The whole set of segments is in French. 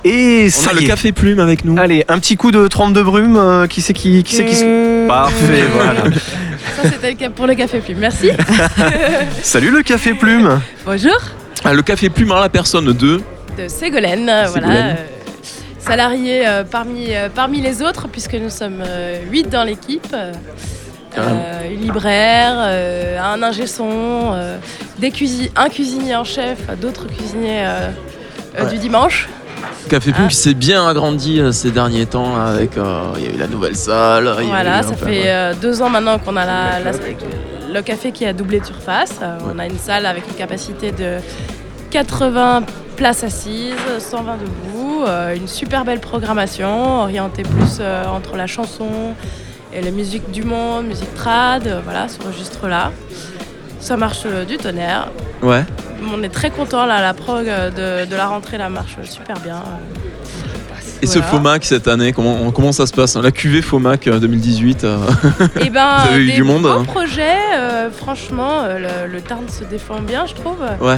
Et On ça a y le est. café plume avec nous. Allez, un petit coup de trompe de brume. Qui c'est qui Parfait, voilà. Ça, c'était pour le café plume. Merci. Salut le café plume. Bonjour. Ah, le café plume en la personne de... De Ségolène, Ségolène. voilà. Salariée parmi les autres, puisque nous sommes 8 dans l'équipe. Une libraire, un ingé son, un cuisinier en chef, d'autres cuisiniers du dimanche. Café plume qui s'est bien agrandi ces derniers temps là, avec il y a eu la nouvelle salle. Voilà, ça fait 2 ans maintenant qu'on a le café qui a doublé de surface. On a une salle avec une capacité de 80 places assises, 120 debout, une super belle programmation orientée plus entre la chanson et la musique du monde, musique trad, voilà, ce registre-là. Ça marche du tonnerre. Ouais. On est très contents là, la prog de la rentrée là marche super bien. Et ce FOMAC cette année, comment ça se passe? La cuvée FOMAC 2018 Et ben, vous avez eu du monde, beaux projets, franchement, le Tarn se défend bien, je trouve. Ouais.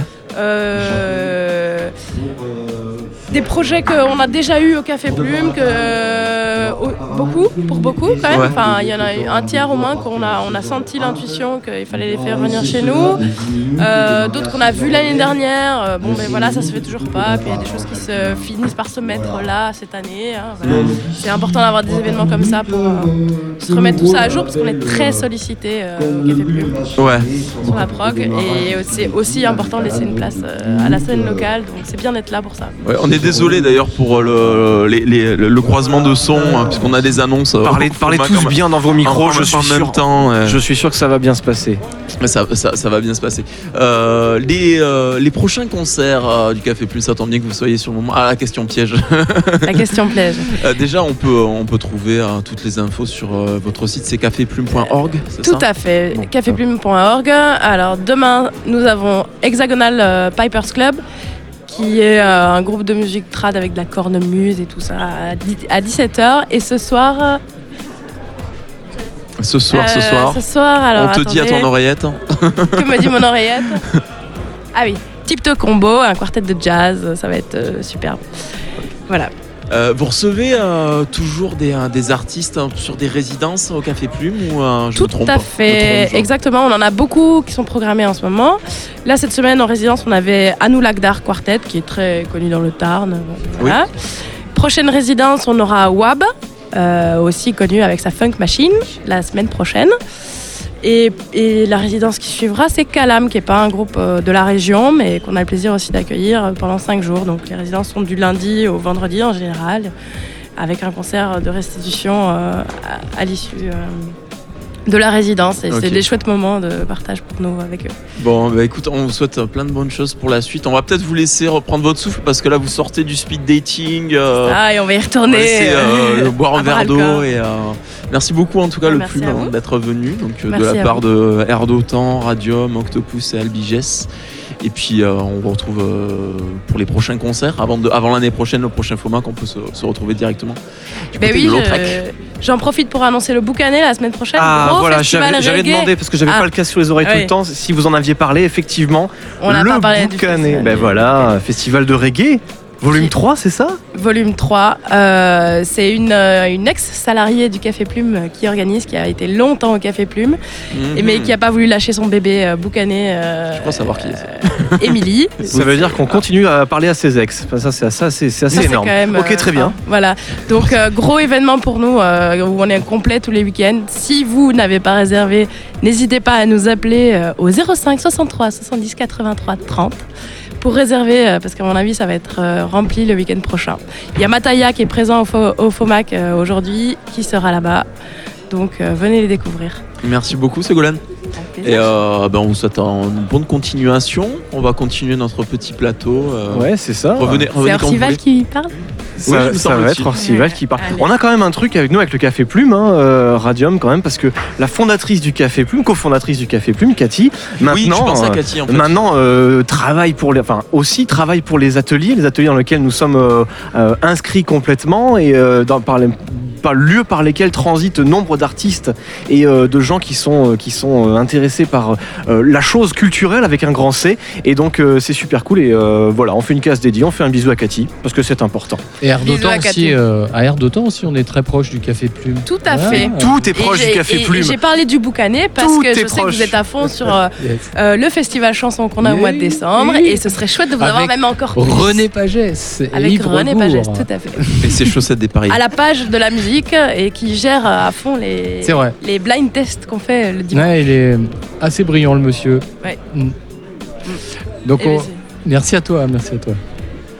Des projets qu'on a déjà eu au Café Plume, pour beaucoup quand même. Ouais. Enfin, il y en a eu un tiers au moins qu'on a senti l'intuition qu'il fallait les faire venir chez nous. D'autres qu'on a vus l'année dernière. Bon, ben voilà, ça se fait toujours pas. Puis il y a des choses qui se finissent par se mettre là cette année. Hein, voilà. C'est important d'avoir des événements comme ça pour se remettre tout ça à jour parce qu'on est très sollicité au Café Plume Ouais. sur la prog. Et c'est aussi important de laisser une place à la scène locale. Donc c'est bien d'être là pour ça. Ouais, on est désolé d'ailleurs pour le croisement de son, hein, puisqu'on a des annonces. Parlez tous bien dans vos micros, je suis sûr que ça va bien se passer. Mais ça va bien se passer. Les prochains concerts du Café Plume, ça tombe bien que vous soyez sur le moment. Ah, la question piège. La question piège. Déjà, on peut trouver toutes les infos sur votre site, c'est caféplume.org, c'est Tout ça? à fait, Bon. caféplume.org. Alors demain, nous avons Hexagonal Pipers Club, qui est un groupe de musique trad avec de la cornemuse et tout ça à 17h. Et ce soir... Ce soir, alors, on te dit à ton oreillette. Que me dit mon oreillette? Ah oui, Tipto Combo, un quartet de jazz, ça va être superbe. Voilà. Vous recevez toujours des artistes sur des résidences au Café Plume ou je me trompe Tout à fait, exactement. On en a beaucoup qui sont programmés en ce moment. Là, cette semaine, en résidence, on avait Anou Lagdar Quartet, qui est très connu dans le Tarn. Voilà. Oui. Prochaine résidence, on aura Wab, aussi connu avec sa Funk Machine, la semaine prochaine. Et la résidence qui suivra, c'est Calam, qui n'est pas un groupe de la région, mais qu'on a le plaisir aussi d'accueillir pendant 5 jours. Donc les résidences sont du lundi au vendredi en général, avec un concert de restitution à l'issue de la résidence. Et c'est des chouettes moments de partage pour nous avec eux. Bon, bah écoute, on vous souhaite plein de bonnes choses pour la suite. On va peut-être vous laisser reprendre votre souffle parce que là, vous sortez du speed dating. Et on va y retourner. On va laisser boire un verre d'eau. Merci beaucoup en tout cas, le Plume, d'être venu. Donc, de la part de Air d'Otan, Radium, Octopus et Albiges. Et puis on vous retrouve pour les prochains concerts avant l'année prochaine, le prochain FOMAC, on peut se retrouver directement du côté de Lautrec. J'en profite pour annoncer le Boucanet la semaine prochaine. Ah voilà, j'avais demandé parce que j'avais pas le casque sur les oreilles tout le temps. Si vous en aviez parlé, effectivement, on n'a pas parlé du Boucanet. Ben voilà, festival de reggae. Volume 3, c'est ça? Volume 3, c'est une ex-salariée du Café Plume qui organise, qui a été longtemps au Café Plume, mais qui n'a pas voulu lâcher son bébé Boucanet. Je crois savoir qui c'est. Émilie. Ça veut dire qu'on continue à parler à ses ex. Ça, c'est assez énorme. Même, ok, très bien. Voilà. Donc, gros événement pour nous, où on est complet tous les week-ends. Si vous n'avez pas réservé, n'hésitez pas à nous appeler au 05 63 70 83 30. Pour réserver, parce qu'à mon avis, ça va être rempli le week-end prochain. Il y a Mataya qui est présent au FOMAC aujourd'hui, qui sera là-bas. Donc, venez les découvrir. Merci beaucoup, Ségolène. Et on vous souhaite une bonne continuation. On va continuer notre petit plateau. Ouais, c'est ça. Revenez c'est Orcival qui parle? Ça va être Orcival qui parle. Allez. On a quand même un truc avec nous, avec le Café Plume, Radium quand même, parce que la fondatrice du Café Plume, cofondatrice du Café Plume, Cathy, maintenant, travaille pour les ateliers dans lesquels nous sommes inscrits complètement et principal, lieu par lesquels transitent nombre d'artistes et de gens qui sont intéressés par la chose culturelle avec un grand C. Et donc c'est super cool. Et voilà, on fait une case dédiée, on fait un bisou à Cathy parce que c'est important. Et Air d'Autan aussi, à Air d'Autan aussi, on est très proche du Café Plume. Tout à fait. Tout est proche du Café Plume. J'ai parlé du Boucanet parce que je sais que vous êtes à fond sur le festival chanson qu'on a au mois de décembre et ce serait chouette de vous avoir même encore plus. René Pagès. Avec René Pagès, tout à fait. Et ses chaussettes des Paris. À la page de la musique et qui gère à fond les blind tests qu'on fait le dimanche. Ouais, il est assez brillant le monsieur. Ouais. Donc merci à toi.